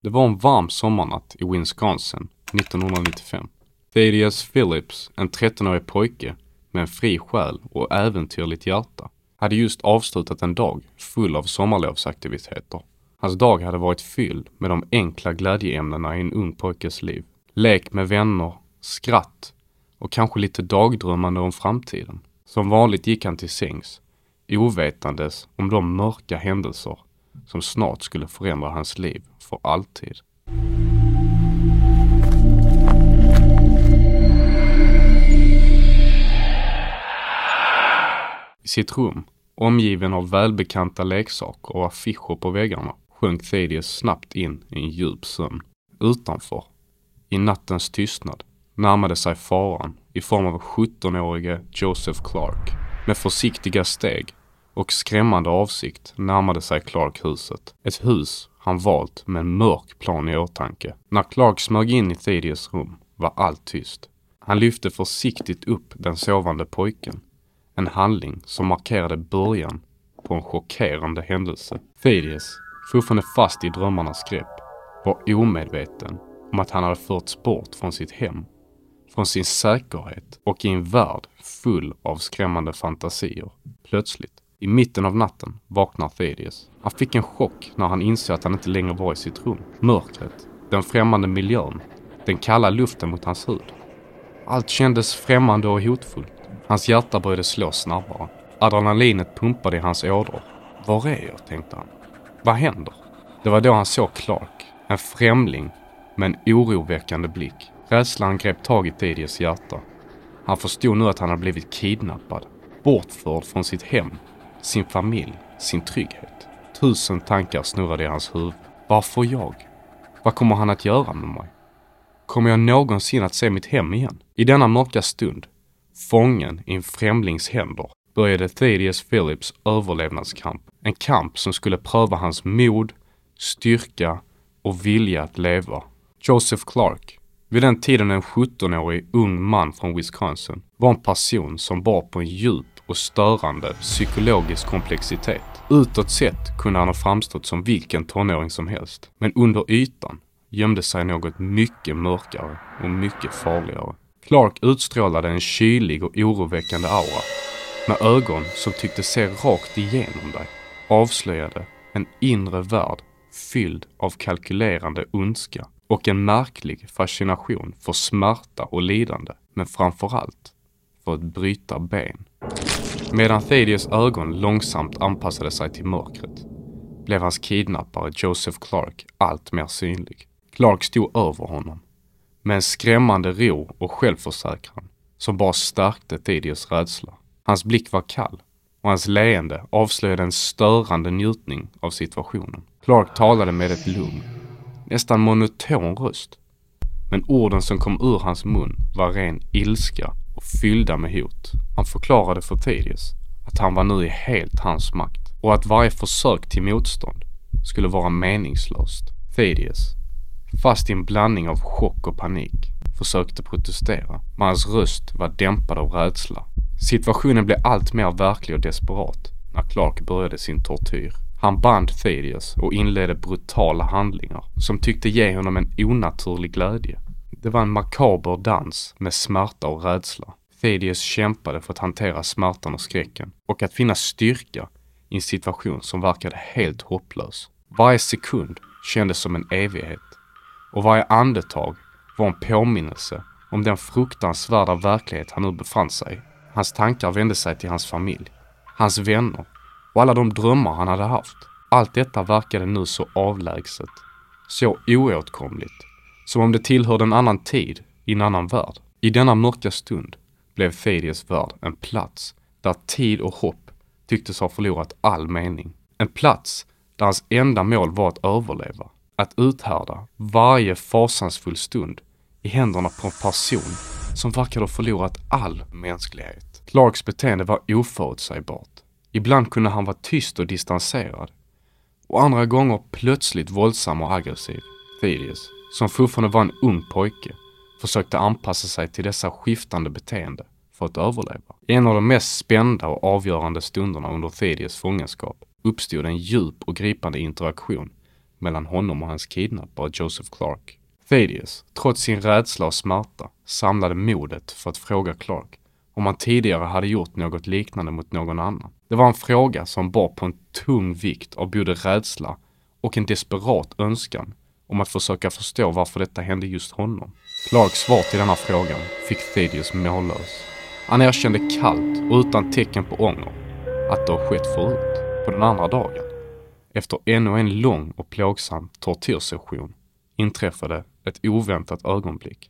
Det var en varm sommarnatt i Wisconsin 1995. Thaddeus Phillips, en 13-årig pojke med en fri själ och äventyrligt hjärta, hade just avslutat en dag full av sommarlovsaktiviteter. Hans dag hade varit fylld med de enkla glädjeämnena i en ung pojkes liv. Lek med vänner, skratt och kanske lite dagdrömmande om framtiden. Som vanligt gick han till sängs, ovetandes om de mörka händelser som snart skulle förändra hans liv för alltid. I sitt rum, omgiven av välbekanta leksaker och affischer på väggarna, sjönk Thaddeus snabbt in i en djup sömn. Utanför, i nattens tystnad, närmade sig faran i form av 17-årige Joseph Clark. Med försiktiga steg och skrämmande avsikt närmade sig Clark huset. Ett hus han valt med en mörk plan i åtanke. När Clark smög in i Thaddeus rum var allt tyst. Han lyfte försiktigt upp den sovande pojken. En handling som markerade början på en chockerande händelse. Thaddeus, fortfarande fast i drömmarnas grepp, var omedveten om att han hade förts bort från sitt hem, från sin säkerhet och i en värld full av skrämmande fantasier. Plötsligt, i mitten av natten, vaknar Thaddeus. Han fick en chock när han insåg att han inte längre var i sitt rum. Mörkret, den främmande miljön, den kalla luften mot hans hud. Allt kändes främmande och hotfullt. Hans hjärta började slå snabbare. Adrenalinet pumpade i hans ådror. Var är jag, tänkte han. Vad händer? Det var då han såg Clark, en främling med en oroväckande blick. Rädslan grep tag i Thaddeus hjärta. Han förstod nu att han hade blivit kidnappad, bortförd från sitt hem, sin familj, sin trygghet. 1000 tankar snurrade i hans huvud. Varför jag? Vad kommer han att göra med mig? Kommer jag någonsin att se mitt hem igen? I denna mörka stund, fången i en främlings händer, började Thaddeus Phillips överlevnadskamp. En kamp som skulle pröva hans mod, styrka och vilja att leva. Joseph Clark, vid den tiden en 17-årig ung man från Wisconsin, var en person som bar på en djup och störande psykologisk komplexitet. Utåt sett kunde han ha framstått som vilken tonåring som helst, men under ytan gömde sig något mycket mörkare och mycket farligare. Clark utstrålade en kylig och oroväckande aura, med ögon som tyckte se rakt igenom dig, avslöjade en inre värld fylld av kalkylerande ondska och en märklig fascination för smärta och lidande, men framförallt för att bryta ben. Medan Thaddeus ögon långsamt anpassade sig till mörkret, blev hans kidnappare Joseph Clark allt mer synlig. Clark stod över honom, med en skrämmande ro och självförsäkran som bara stärkte Thaddeus rädsla. Hans blick var kall och hans leende avslöjade en störande njutning av situationen. Clark talade med ett lugn, nästan monoton röst, men orden som kom ur hans mun var ren ilska och fyllda med hot. Han förklarade för Thaddeus att han var nu i helt hans makt och att varje försök till motstånd skulle vara meningslöst. Thaddeus, fast i en blandning av chock och panik, försökte protestera, men hans röst var dämpad av rädsla. Situationen blev allt mer verklig och desperat när Clark började sin tortyr. Han band Thaddeus och inledde brutala handlingar som tyckte ge honom en onaturlig glädje. Det var en makaber dans med smärta och rädsla. Thaddeus kämpade för att hantera smärtan och skräcken och att finna styrka i en situation som verkade helt hopplös. Varje sekund kändes som en evighet och varje andetag var en påminnelse om den fruktansvärda verklighet han nu befann sig i. Hans tankar vände sig till hans familj, hans vänner och alla de drömmar han hade haft. Allt detta verkade nu så avlägset, så oåtkomligt, som om det tillhörde en annan tid i en annan värld. I denna mörka stund blev Thaddeus värld en plats där tid och hopp tycktes ha förlorat all mening. En plats där hans enda mål var att överleva, att uthärda varje fasansfull stund i händerna på en person som verkade ha förlorat all mänsklighet. Clarks beteende var oförutsägbart. Ibland kunde han vara tyst och distanserad, och andra gånger plötsligt våldsam och aggressiv. Thaddeus, som fortfarande var en ung pojke, försökte anpassa sig till dessa skiftande beteende för att överleva. I en av de mest spända och avgörande stunderna under Thaddeus fångenskap uppstod en djup och gripande interaktion mellan honom och hans kidnappare Joseph Clark. Thaddeus, trots sin rädsla och smärta, samlade modet för att fråga Clark om han tidigare hade gjort något liknande mot någon annan. Det var en fråga som bar på en tung vikt av både rädsla och en desperat önskan om att försöka förstå varför detta hände just honom. Clarks svar till denna frågan fick Thaddeus mållös. Han erkände kallt och utan tecken på ånger att det har skett förut. På den andra dagen, efter ännu en lång och plågsam tortyrsession, inträffade ett oväntat ögonblick.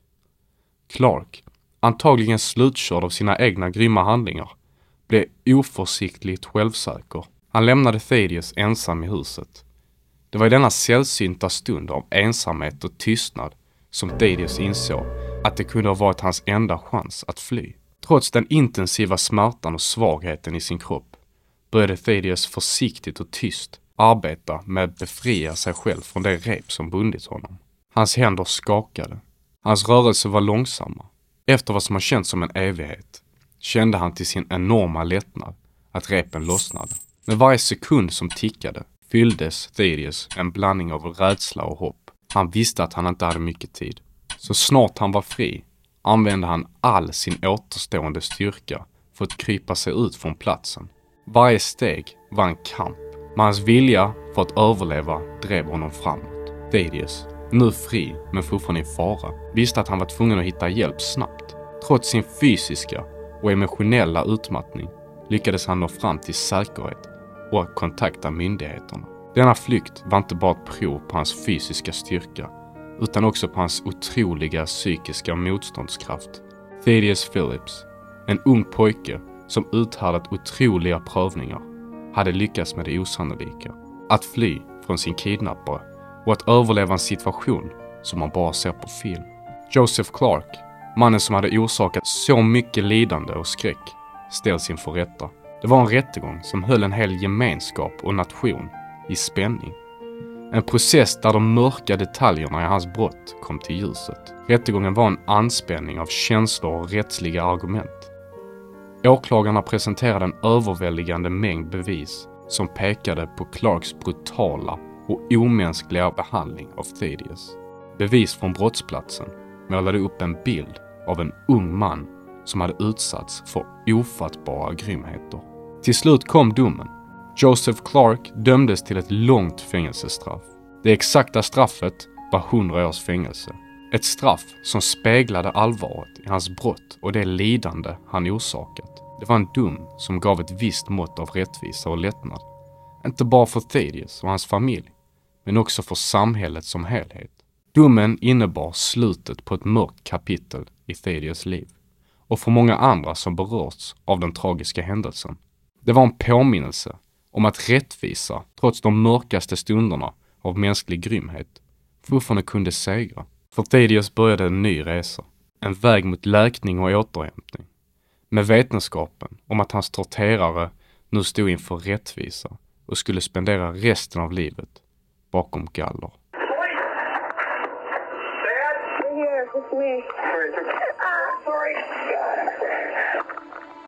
Clark, antagligen slutkörd av sina egna grymma handlingar, blev oförsiktigt självsäker. Han lämnade Thaddeus ensam i huset. Det var i denna sällsynta stund av ensamhet och tystnad som Thaddeus insåg att det kunde ha varit hans enda chans att fly. Trots den intensiva smärtan och svagheten i sin kropp började Thaddeus försiktigt och tyst arbeta med att befria sig själv från det rep som bundit honom. Hans händer skakade. Hans rörelser var långsamma. Efter vad som har känts som en evighet kände han till sin enorma lättnad att repen lossnade. Med varje sekund som tickade fylldes Thaddeus en blandning av rädsla och hopp. Han visste att han inte hade mycket tid. Så snart han var fri använde han all sin återstående styrka för att krypa sig ut från platsen. Varje steg var en kamp, men hans vilja för att överleva drev honom framåt. Thaddeus, nu fri men fortfarande i fara, visste att han var tvungen att hitta hjälp snabbt. Trots sin fysiska och emotionella utmattning lyckades han nå fram till säkerhet och kontakta myndigheterna. Denna flykt var inte bara ett prov på hans fysiska styrka, utan också på hans otroliga psykiska motståndskraft. Thaddeus Phillips, en ung pojke som uthärdat otroliga prövningar, hade lyckats med det osannolika. Att fly från sin kidnappare och att överleva en situation som man bara ser på film. Joseph Clark, mannen som hade orsakat så mycket lidande och skräck, ställs inför rätta. Det var en rättegång som höll en hel gemenskap och nation i spänning. En process där de mörka detaljerna i hans brott kom till ljuset. Rättegången var en anspänning av känslor och rättsliga argument. Åklagarna presenterade en överväldigande mängd bevis som pekade på Clarks brutala och omänskliga behandling av Thaddeus. Bevis från brottsplatsen målade upp en bild av en ung man som hade utsatts för ofattbara grymheter. Till slut kom domen. Joseph Clark dömdes till ett långt fängelsestraff. Det exakta straffet var 100 års fängelse. Ett straff som speglade allvaret i hans brott och det lidande han orsakat. Det var en dom som gav ett visst mått av rättvisa och lättnad. Inte bara för Thaddeus och hans familj, men också för samhället som helhet. Domen innebar slutet på ett mörkt kapitel i Thaddeus liv och för många andra som berörts av den tragiska händelsen. Det var en påminnelse om att rättvisa, trots de mörkaste stunderna av mänsklig grymhet, fortfarande kunde segra. För Thaddeus började en ny resa, en väg mot läkning och återhämtning. Med vetenskapen om att hans torterare nu stod inför rättvisa och skulle spendera resten av livet bakom galler. Dad? Here, it's me. Sorry.